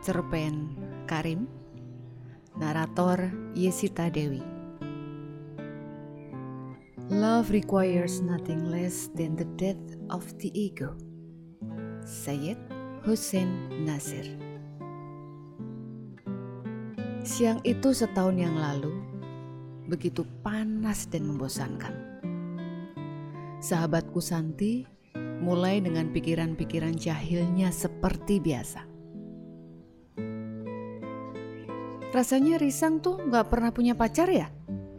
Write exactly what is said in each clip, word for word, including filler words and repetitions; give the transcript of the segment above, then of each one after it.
cerpen Karim, narator Yesita Dewi. Love requires nothing less than the death of the ego. Sayyid Hussein Nasir. Siang itu setahun yang lalu begitu panas dan membosankan. Sahabatku Santi mulai dengan pikiran-pikiran jahilnya seperti biasa. Rasanya Risang tuh gak pernah punya pacar ya?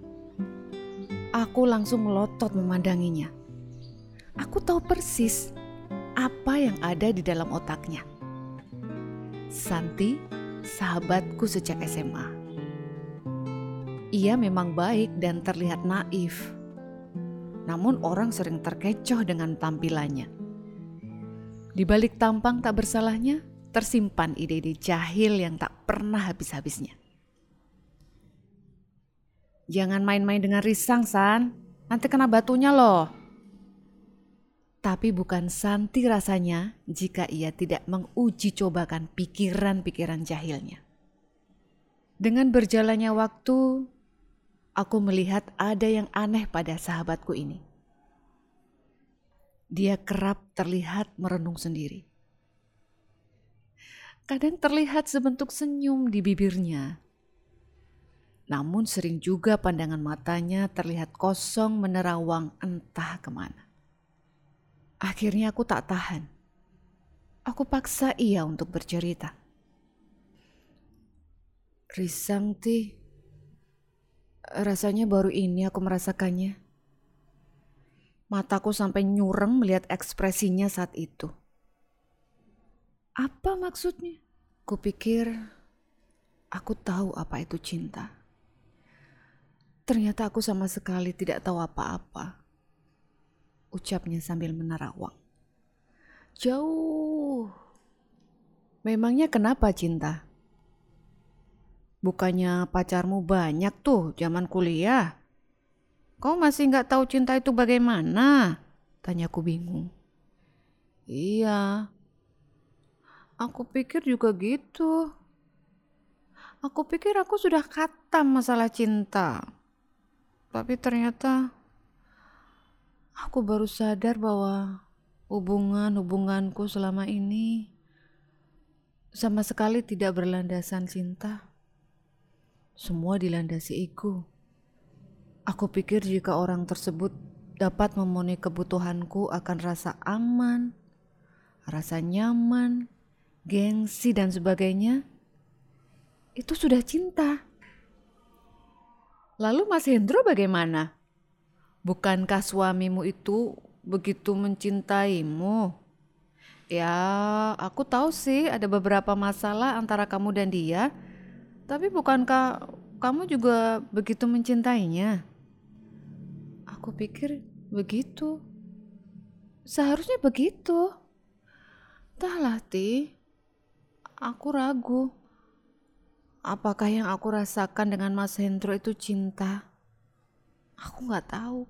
Aku langsung melotot memandanginya. Aku tahu persis apa yang ada di dalam otaknya. Santi, sahabatku sejak S M A. Ia memang baik dan terlihat naif. Namun orang sering terkecoh dengan tampilannya. Di balik tampang tak bersalahnya, tersimpan ide-ide jahil yang tak pernah habis-habisnya. Jangan main-main dengan Risang, San. Nanti kena batunya loh. Tapi bukan Santi rasanya jika ia tidak menguji cobakan pikiran-pikiran jahilnya. Dengan berjalannya waktu, aku melihat ada yang aneh pada sahabatku ini. Dia kerap terlihat merenung sendiri. Kadang terlihat sebentuk senyum di bibirnya. Namun sering juga pandangan matanya terlihat kosong menerawang entah kemana. Akhirnya aku tak tahan. Aku paksa ia untuk bercerita. Risang, Ti. Rasanya baru ini aku merasakannya. Mataku sampai nyureng melihat ekspresinya saat itu. Apa maksudnya? Kupikir aku tahu apa itu cinta. Ternyata aku sama sekali tidak tahu apa-apa. Ucapnya sambil menerawang. Jauh. Memangnya kenapa cinta? Bukannya pacarmu banyak tuh zaman kuliah? Kau masih gak tahu cinta itu bagaimana? Tanyaku bingung. Iya. Aku pikir juga gitu. Aku pikir aku sudah khatam masalah cinta. Tapi ternyata aku baru sadar bahwa hubungan-hubunganku selama ini sama sekali tidak berlandasan cinta. Semua dilandasi ego. Aku pikir jika orang tersebut dapat memenuhi kebutuhanku akan rasa aman, rasa nyaman, gengsi dan sebagainya, itu sudah cinta. Lalu Mas Hendro bagaimana? Bukankah suamimu itu begitu mencintaimu? Ya, aku tahu sih ada beberapa masalah antara kamu dan dia. Tapi bukankah kamu juga begitu mencintainya? Aku pikir begitu. Seharusnya begitu. Entahlah, Ti. Aku ragu. Apakah yang aku rasakan dengan Mas Hendro itu cinta? Aku gak tahu.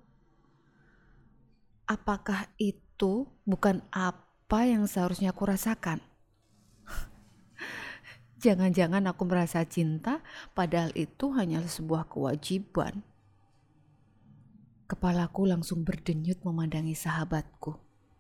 Apakah itu bukan apa yang seharusnya aku rasakan? Jangan-jangan aku merasa cinta padahal itu hanyalah sebuah kewajiban. Kepalaku langsung berdenyut memandangi sahabatku.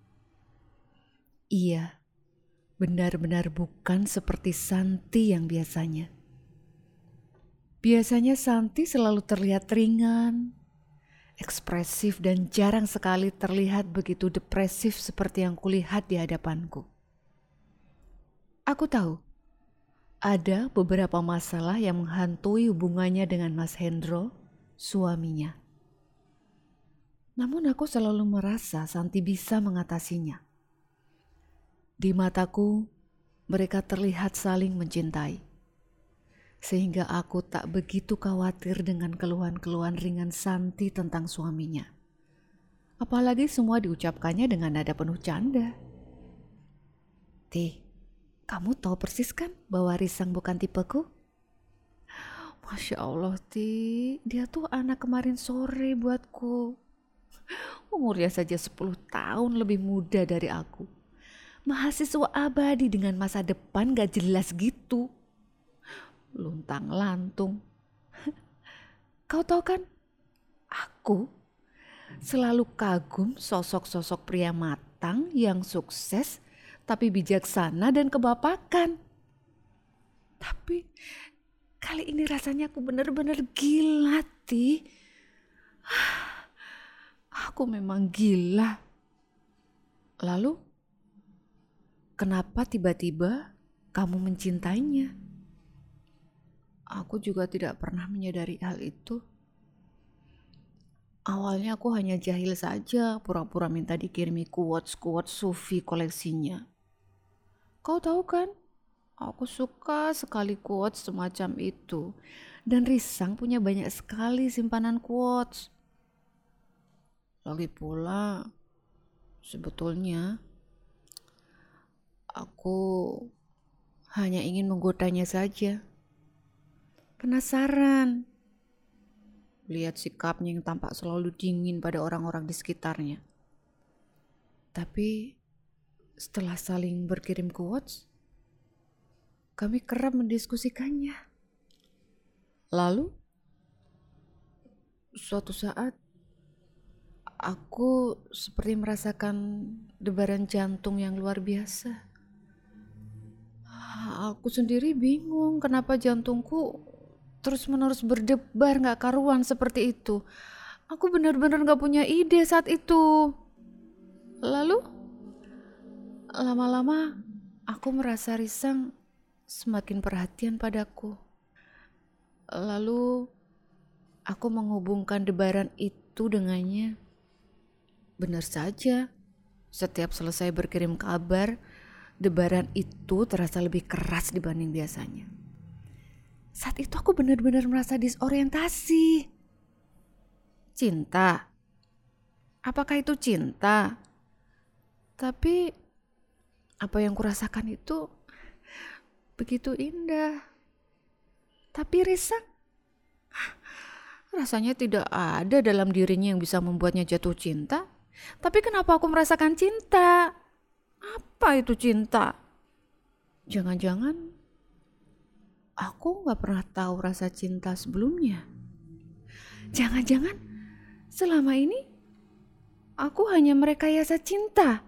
Iya, benar-benar bukan seperti Santi yang biasanya. Biasanya Santi selalu terlihat ringan, ekspresif dan jarang sekali terlihat begitu depresif seperti yang kulihat di hadapanku. Aku tahu, ada beberapa masalah yang menghantui hubungannya dengan Mas Hendro, suaminya. Namun aku selalu merasa Santi bisa mengatasinya. Di mataku, mereka terlihat saling mencintai. Sehingga aku tak begitu khawatir dengan keluhan-keluhan ringan Santi tentang suaminya. Apalagi semua diucapkannya dengan nada penuh canda. Ti, kamu tahu persis kan bahwa Risang bukan tipeku? Masya Allah, Ti, dia tuh anak kemarin sore buatku. Umurnya saja sepuluh tahun lebih muda dari aku. mahasiswa abadi dengan masa depan gak jelas gitu. Luntang lantung. Kau tahu kan, aku selalu kagum sosok-sosok pria matang yang sukses tapi bijaksana dan kebapakan. Tapi kali ini rasanya aku benar-benar gila, Ti. Aku memang gila. Lalu, kenapa tiba-tiba kamu mencintainya? Aku juga tidak pernah menyadari hal itu. Awalnya aku hanya jahil saja, pura-pura minta dikirimi quotes-quotes Sufi koleksinya. Kau tahu kan, aku suka sekali quotes semacam itu. Dan Risang punya banyak sekali simpanan quotes. Lagi pula, sebetulnya aku hanya ingin menggodanya saja. Penasaran. Lihat sikapnya yang tampak selalu dingin pada orang-orang di sekitarnya. Tapi setelah saling berkirim quotes, kami kerap mendiskusikannya. Lalu, suatu saat, aku seperti merasakan debaran jantung yang luar biasa. Aku sendiri bingung kenapa jantungku terus-menerus berdebar gak karuan seperti itu. Aku benar-benar gak punya ide saat itu. Lalu, lama-lama aku merasa Risang semakin perhatian padaku. Lalu, aku menghubungkan debaran itu dengannya. Benar saja, setiap selesai berkirim kabar, debaran itu terasa lebih keras dibanding biasanya. Saat itu aku benar-benar merasa disorientasi. Cinta? Apakah itu cinta? Tapi apa yang kurasakan itu begitu indah. Tapi Risang, rasanya tidak ada dalam dirinya yang bisa membuatnya jatuh cinta. Tapi kenapa aku merasakan cinta? Apa itu cinta? Jangan-jangan aku gak pernah tahu rasa cinta sebelumnya. Jangan-jangan selama ini aku hanya merekayasa cinta.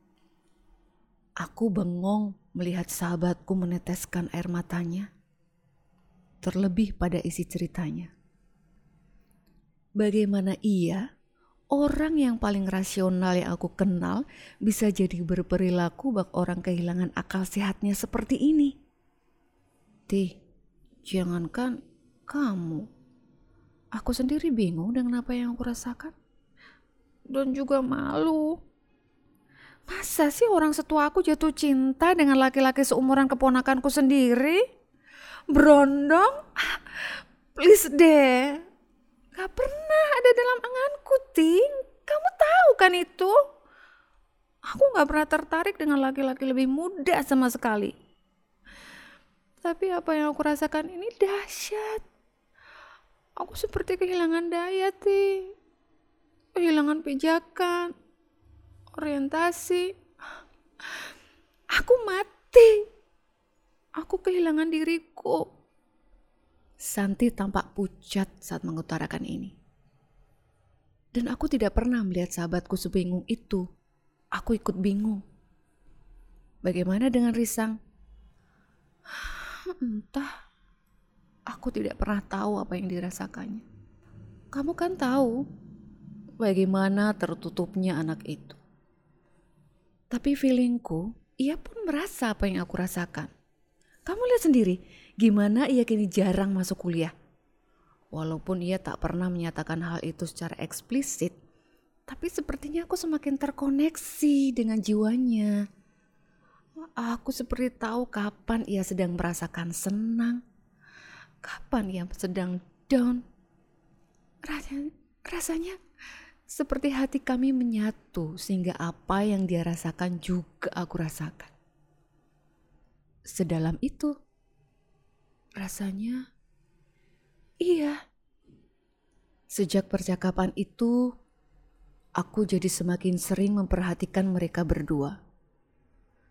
Aku bengong melihat sahabatku meneteskan air matanya. Terlebih pada isi ceritanya. Bagaimana ia, orang yang paling rasional yang aku kenal, bisa jadi berperilaku bak orang kehilangan akal sehatnya seperti ini. Tih, jangankan kamu. Aku sendiri bingung dengan apa yang aku rasakan. Dan juga malu. Masa sih orang setua aku jatuh cinta dengan laki-laki seumuran keponakanku sendiri? Berondong? Please deh. Gak pernah ada dalam anganku, Ting. Kamu tahu kan itu? Aku gak pernah tertarik dengan laki-laki lebih muda sama sekali. Tapi apa yang aku rasakan ini dahsyat. Aku seperti kehilangan daya, Ting. Kehilangan pijakan, orientasi. Aku mati. Aku kehilangan diriku. Santi tampak pucat saat mengutarakan ini. Dan aku tidak pernah melihat sahabatku sebingung itu. Aku ikut bingung. Bagaimana dengan Risang? Entah. Aku tidak pernah tahu apa yang dirasakannya. Kamu kan tahu bagaimana tertutupnya anak itu. Tapi feelingku, ia pun merasa apa yang aku rasakan. Kamu lihat sendiri, gimana ia kini jarang masuk kuliah. Walaupun ia tak pernah menyatakan hal itu secara eksplisit, tapi sepertinya aku semakin terkoneksi dengan jiwanya. Aku seperti tahu kapan ia sedang merasakan senang, kapan ia sedang down. Rasanya, rasanya seperti hati kami menyatu sehingga apa yang dia rasakan juga aku rasakan. Sedalam itu, rasanya iya. Sejak percakapan itu, aku jadi semakin sering memperhatikan mereka berdua.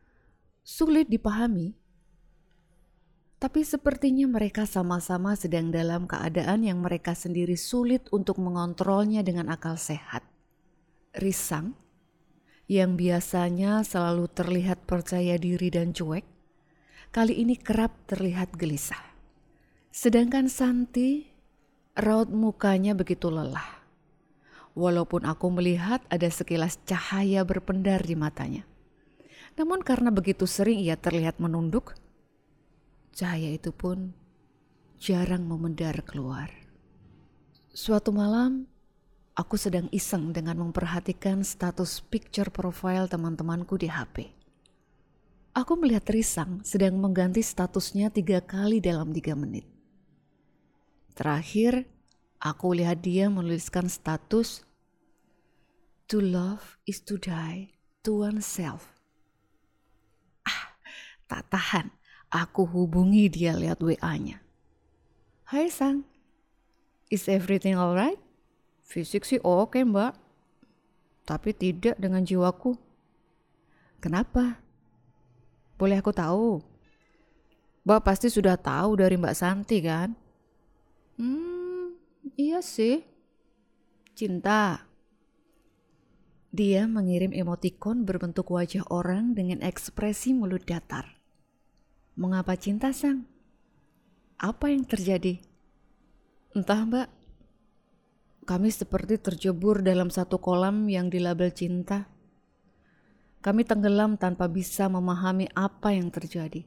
sulit dipahami, tapi sepertinya mereka sama-sama sedang dalam keadaan yang mereka sendiri sulit untuk mengontrolnya dengan akal sehat. Risang, yang biasanya selalu terlihat percaya diri dan cuek, kali ini kerap terlihat gelisah. Sedangkan Santi, raut mukanya begitu lelah. Walaupun aku melihat ada sekilas cahaya berpendar di matanya. Namun karena begitu sering ia terlihat menunduk, cahaya itu pun jarang memendar keluar. Suatu malam, aku sedang iseng dengan memperhatikan status picture profile teman-temanku di H P. Aku melihat Risang sedang mengganti statusnya tiga kali dalam tiga menit. Terakhir, aku lihat dia menuliskan status, "To love is to die to oneself." Ah, tak tahan. Aku hubungi dia lewat W A-nya. "Hai Sang, is everything alright?" "Fisik sih oke mbak, tapi tidak dengan jiwaku." "Kenapa? Boleh aku tahu?" "Mbak pasti sudah tahu dari Mbak Santi kan?" "Hmm, iya sih. Cinta." Dia mengirim emotikon berbentuk wajah orang dengan ekspresi mulut datar. "Mengapa cinta, Sang? Apa yang terjadi?" "Entah mbak, kami seperti terjebur dalam satu kolam yang dilabel cinta. Kami tenggelam tanpa bisa memahami apa yang terjadi."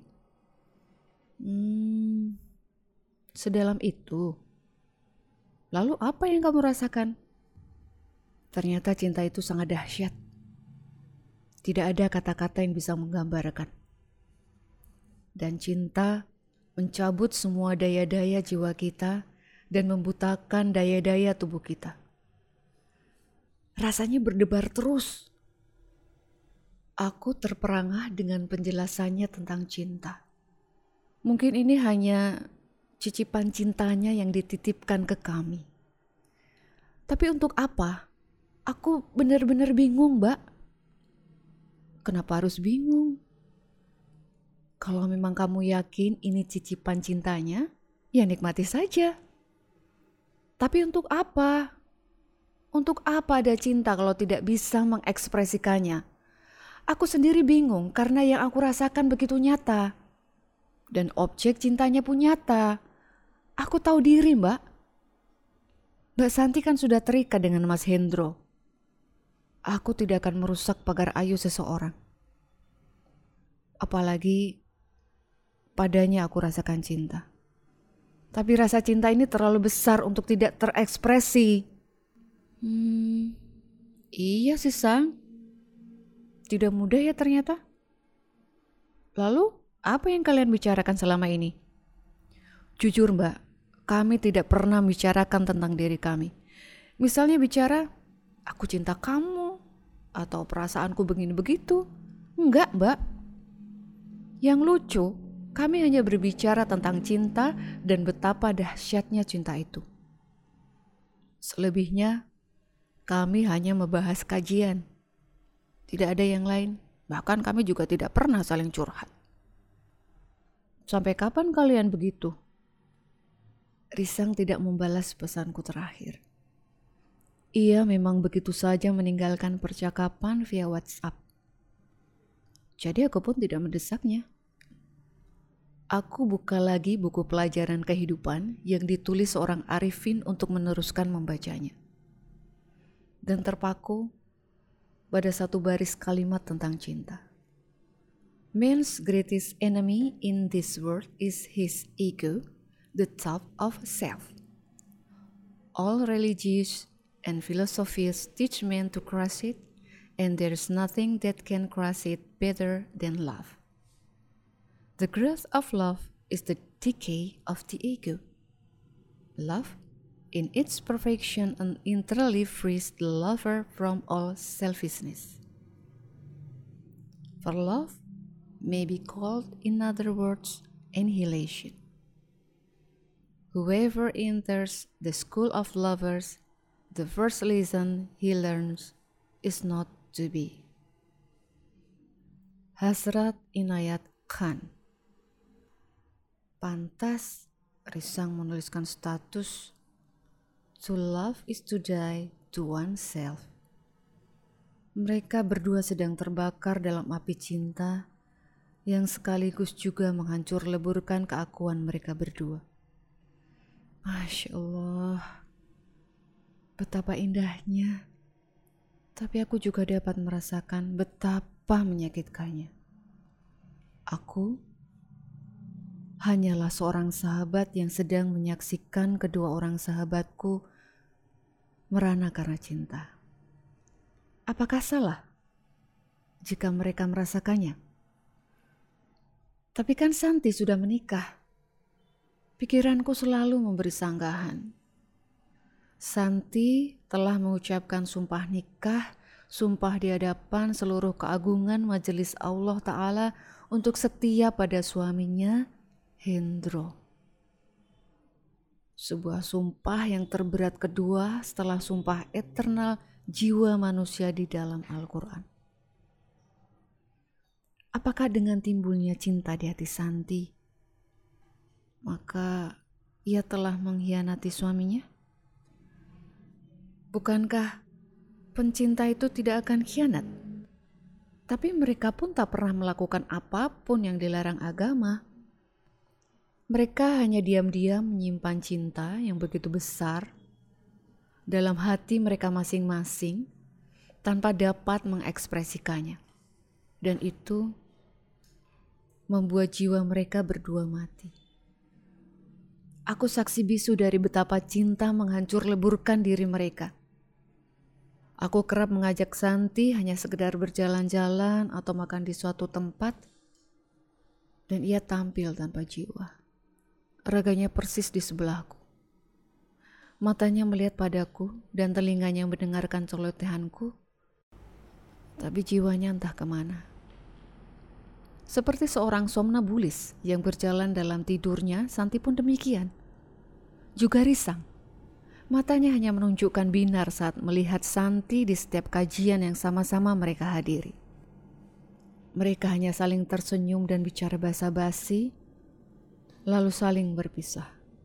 "Hmm, sedalam itu. Lalu apa yang kamu rasakan?" "Ternyata cinta itu sangat dahsyat. Tidak ada kata-kata yang bisa menggambarkan. Dan cinta mencabut semua daya-daya jiwa kita dan membutakan daya-daya tubuh kita. Rasanya berdebar terus." Aku terperangah dengan penjelasannya tentang cinta. Mungkin ini hanya cicipan cintanya yang dititipkan ke kami. Tapi untuk apa? Aku benar-benar bingung, Mbak. "Kenapa harus bingung? Kalau memang kamu yakin ini cicipan cintanya, ya nikmati saja. Tapi untuk apa? Untuk apa ada cinta kalau tidak bisa mengekspresikannya? Aku sendiri bingung karena yang aku rasakan begitu nyata. Dan objek cintanya pun nyata. Aku tahu diri, Mbak. Mbak Santi kan sudah terikat dengan Mas Hendro. Aku tidak akan merusak pagar ayu seseorang. Apalagi padanya aku rasakan cinta. Tapi rasa cinta ini terlalu besar untuk tidak terekspresi." Hmm, iya sih Sang. Tidak mudah ya ternyata. "Lalu apa yang kalian bicarakan selama ini?" "Jujur mbak, kami tidak pernah bicarakan tentang diri kami. Misalnya bicara, aku cinta kamu, atau perasaanku begini begitu. Enggak mbak. Yang lucu, kami hanya berbicara tentang cinta dan betapa dahsyatnya cinta itu. Selebihnya, kami hanya membahas kajian. Tidak ada yang lain, bahkan kami juga tidak pernah saling curhat." "Sampai kapan kalian begitu?" Risang tidak membalas pesanku terakhir. Ia memang begitu saja meninggalkan percakapan via WhatsApp. Jadi aku pun tidak mendesaknya. Aku buka lagi buku pelajaran kehidupan yang ditulis seorang Arifin untuk meneruskan membacanya. Dan terpaku pada satu baris kalimat tentang cinta. "Man's greatest enemy in this world is his ego, the thought of self. All religions and philosophies teach men to crush it, and there is nothing that can crush it better than love. The growth of love is the decay of the ego. Love, in its perfection, entirely frees the lover from all selfishness. For love may be called, in other words, annihilation. Whoever enters the school of lovers, the first lesson he learns is not to be." Hasrat Inayat Khan. Pantas Risang menuliskan status, to love is to die to oneself. Mereka berdua sedang terbakar dalam api cinta yang sekaligus juga menghancur leburkan keakuan mereka berdua. Masya Allah, betapa indahnya. Tapi aku juga dapat merasakan betapa menyakitkannya. Aku hanyalah seorang sahabat yang sedang menyaksikan kedua orang sahabatku merana karena cinta. Apakah salah jika mereka merasakannya? Tapi kan Santi sudah menikah. Pikiranku selalu memberi sanggahan. Santi telah mengucapkan sumpah nikah, sumpah di hadapan seluruh keagungan majelis Allah Ta'ala untuk setia pada suaminya, Hendro. Sebuah sumpah yang terberat kedua setelah sumpah eternal jiwa manusia di dalam Al-Quran. Apakah dengan timbulnya cinta di hati Santi, maka ia telah mengkhianati suaminya? Bukankah pencinta itu tidak akan khianat? Tapi mereka pun tak pernah melakukan apapun yang dilarang agama. Mereka hanya diam-diam menyimpan cinta yang begitu besar dalam hati mereka masing-masing tanpa dapat mengekspresikannya. Dan itu membuat jiwa mereka berdua mati. Aku saksi bisu dari betapa cinta menghancur leburkan diri mereka. Aku kerap mengajak Santi hanya sekedar berjalan-jalan atau makan di suatu tempat, dan ia tampil tanpa jiwa. Raganya persis di sebelahku. Matanya melihat padaku dan telinganya mendengarkan celotehanku, tapi jiwanya entah kemana. Seperti seorang somnabulis yang berjalan dalam tidurnya, Santi pun demikian. Juga Risang. Matanya hanya menunjukkan binar saat melihat Santi di setiap kajian yang sama-sama mereka hadiri. Mereka hanya saling tersenyum dan bicara basa-basi, lalu saling berpisah.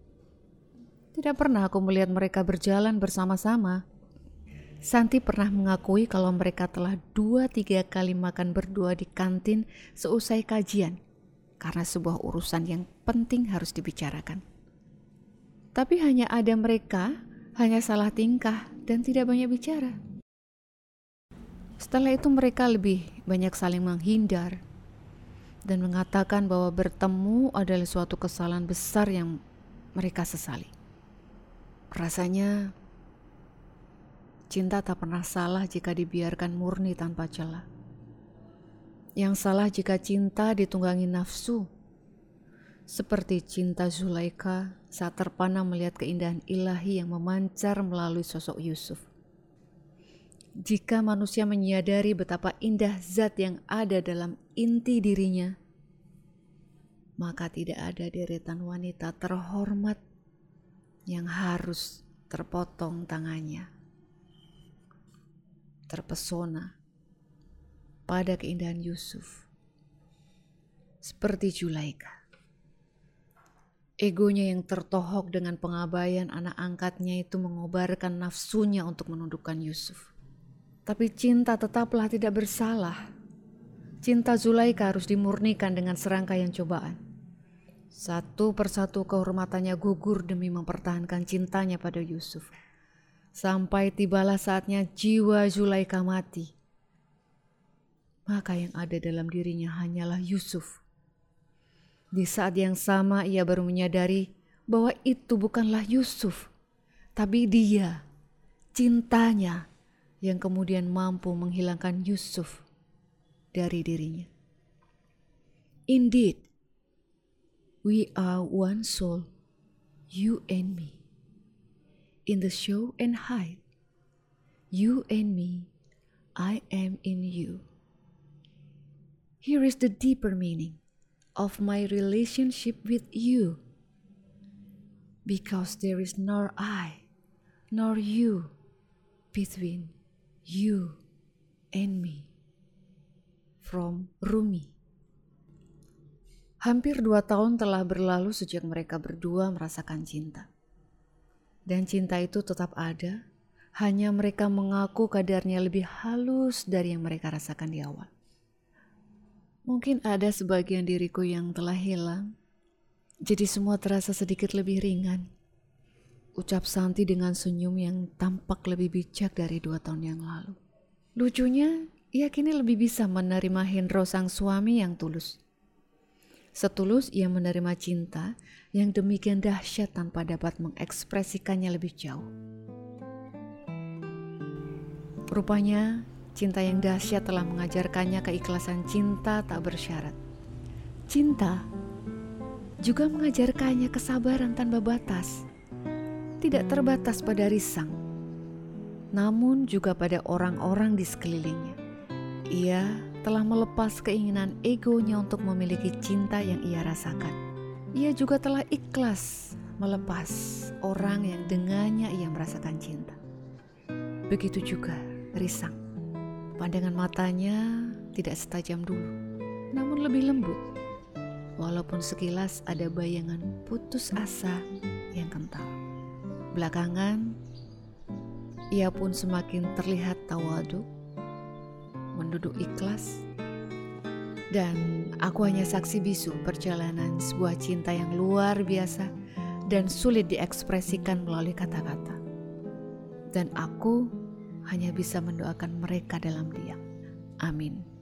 Tidak pernah aku melihat mereka berjalan bersama-sama. Santi pernah mengakui kalau mereka telah dua tiga kali makan berdua di kantin seusai kajian, karena sebuah urusan yang penting harus dibicarakan. Tapi hanya ada mereka, hanya salah tingkah dan tidak banyak bicara. Setelah itu mereka lebih banyak saling menghindar dan mengatakan bahwa bertemu adalah suatu kesalahan besar yang mereka sesali. Rasanya cinta tak pernah salah jika dibiarkan murni tanpa celah. Yang salah jika cinta ditunggangi nafsu, seperti cinta Zulaikha saat terpana melihat keindahan ilahi yang memancar melalui sosok Yusuf. Jika manusia menyadari betapa indah zat yang ada dalam inti dirinya, maka tidak ada deretan wanita terhormat yang harus terpotong tangannya. Terpesona pada keindahan Yusuf, seperti Zulaikha. Egonya yang tertohok dengan pengabaian anak angkatnya itu mengobarkan nafsunya untuk menundukkan Yusuf. Tapi cinta tetaplah tidak bersalah. Cinta Zulaikha harus dimurnikan dengan serangkaian cobaan. Satu persatu kehormatannya gugur demi mempertahankan cintanya pada Yusuf. Sampai tibalah saatnya jiwa Zulaikha mati. Maka yang ada dalam dirinya hanyalah Yusuf. Di saat yang sama ia baru menyadari bahwa itu bukanlah Yusuf, tapi dia, cintanya, yang kemudian mampu menghilangkan Yusuf dari dirinya. Indeed, we are one soul, you and me. In the show and hide, you and me, I am in you. Here is the deeper meaning of my relationship with you, because there is nor I nor you between you and me. From Rumi. Hampir dua tahun telah berlalu sejak mereka berdua merasakan cinta. Dan cinta itu tetap ada, hanya mereka mengaku kadarnya lebih halus dari yang mereka rasakan di awal. Mungkin ada sebagian diriku yang telah hilang, jadi semua terasa sedikit lebih ringan. Ucap Santi dengan senyum yang tampak lebih bijak dari dua tahun yang lalu. Lucunya, ia kini lebih bisa menerima Hendro sang suami yang tulus. Setulus ia menerima cinta yang demikian dahsyat tanpa dapat mengekspresikannya lebih jauh. Rupanya, cinta yang dahsyat telah mengajarkannya keikhlasan cinta tak bersyarat. Cinta juga mengajarkannya kesabaran tanpa batas, tidak terbatas pada risang, namun juga pada orang-orang di sekelilingnya. Ia telah melepas keinginan egonya untuk memiliki cinta yang ia rasakan. Ia juga telah ikhlas melepas orang yang dengannya ia merasakan cinta. Begitu juga risang. Pandangan matanya tidak setajam dulu, namun lebih lembut. Walaupun sekilas ada bayangan putus asa yang kental. Belakangan, ia pun semakin terlihat tawadu, menduduk ikhlas, dan aku hanya saksi bisu perjalanan sebuah cinta yang luar biasa dan sulit diekspresikan melalui kata-kata. Dan aku hanya bisa mendoakan mereka dalam diam. Amin.